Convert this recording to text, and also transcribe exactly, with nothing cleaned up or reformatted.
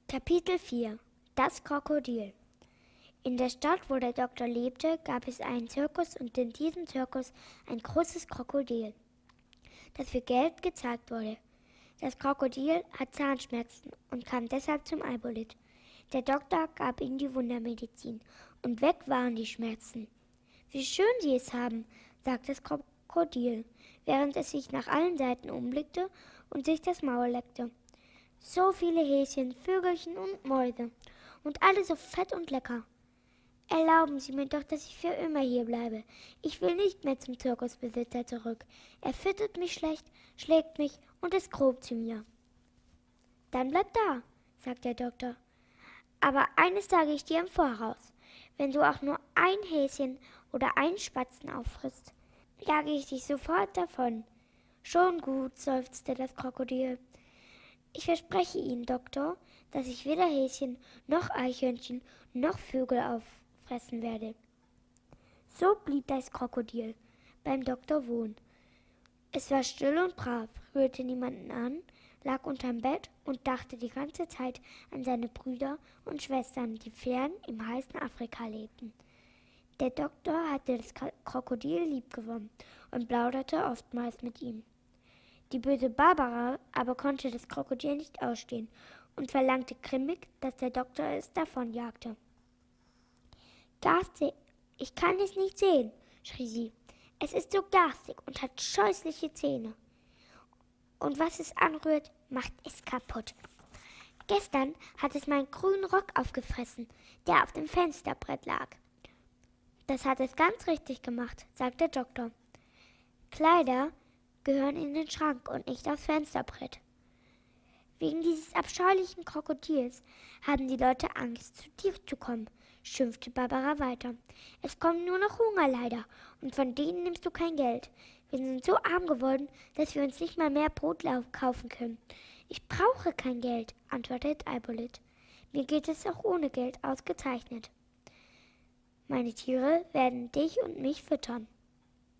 Kapitel vier. Das Krokodil. In der Stadt, wo der Doktor lebte, gab es einen Zirkus und in diesem Zirkus ein großes Krokodil, das für Geld gezeigt wurde. Das Krokodil hat Zahnschmerzen und kam deshalb zum Aibolit. Der Doktor gab ihm die Wundermedizin und weg waren die Schmerzen. »Wie schön Sie es haben«, sagte das Krokodil, während es sich nach allen Seiten umblickte und sich das Maul leckte. »So viele Häschen, Vögelchen und Mäuse und alle so fett und lecker. Erlauben Sie mir doch, dass ich für immer hier bleibe. Ich will nicht mehr zum Zirkusbesitzer zurück. Er füttert mich schlecht, schlägt mich und ist grob zu mir.« »Dann bleib da«, sagt der Doktor. »Aber eines sage ich dir im Voraus. Wenn du auch nur ein Häschen oder einen Spatzen auffrisst, jage ich dich sofort davon.« »Schon gut«, seufzte das Krokodil. »Ich verspreche Ihnen, Doktor, dass ich weder Häschen noch Eichhörnchen noch Vögel auffressen werde.« So blieb das Krokodil beim Doktor wohnen. Es war still und brav, rührte niemanden an, lag unterm Bett und dachte die ganze Zeit an seine Brüder und Schwestern, die fern im heißen Afrika lebten. Der Doktor hatte das Krokodil liebgewonnen und plauderte oftmals mit ihm. Die böse Barbara aber konnte das Krokodil nicht ausstehen und verlangte grimmig, dass der Doktor es davonjagte. »Garstig, ich kann es nicht sehen«, schrie sie. »Es ist so garstig und hat scheußliche Zähne. Und was es anrührt, macht es kaputt. Gestern hat es meinen grünen Rock aufgefressen, der auf dem Fensterbrett lag.« »Das hat es ganz richtig gemacht«, sagte der Doktor. »Kleider gehören in den Schrank und nicht aufs Fensterbrett. Wegen dieses abscheulichen Krokodils haben die Leute Angst, zu dir zu kommen«, schimpfte Barbara weiter. »Es kommt nur noch Hunger leider, und von denen nimmst du kein Geld. Wir sind so arm geworden, dass wir uns nicht mal mehr Brot kaufen können.« »Ich brauche kein Geld«, antwortete Aibolit. »Mir geht es auch ohne Geld ausgezeichnet. Meine Tiere werden dich und mich füttern.«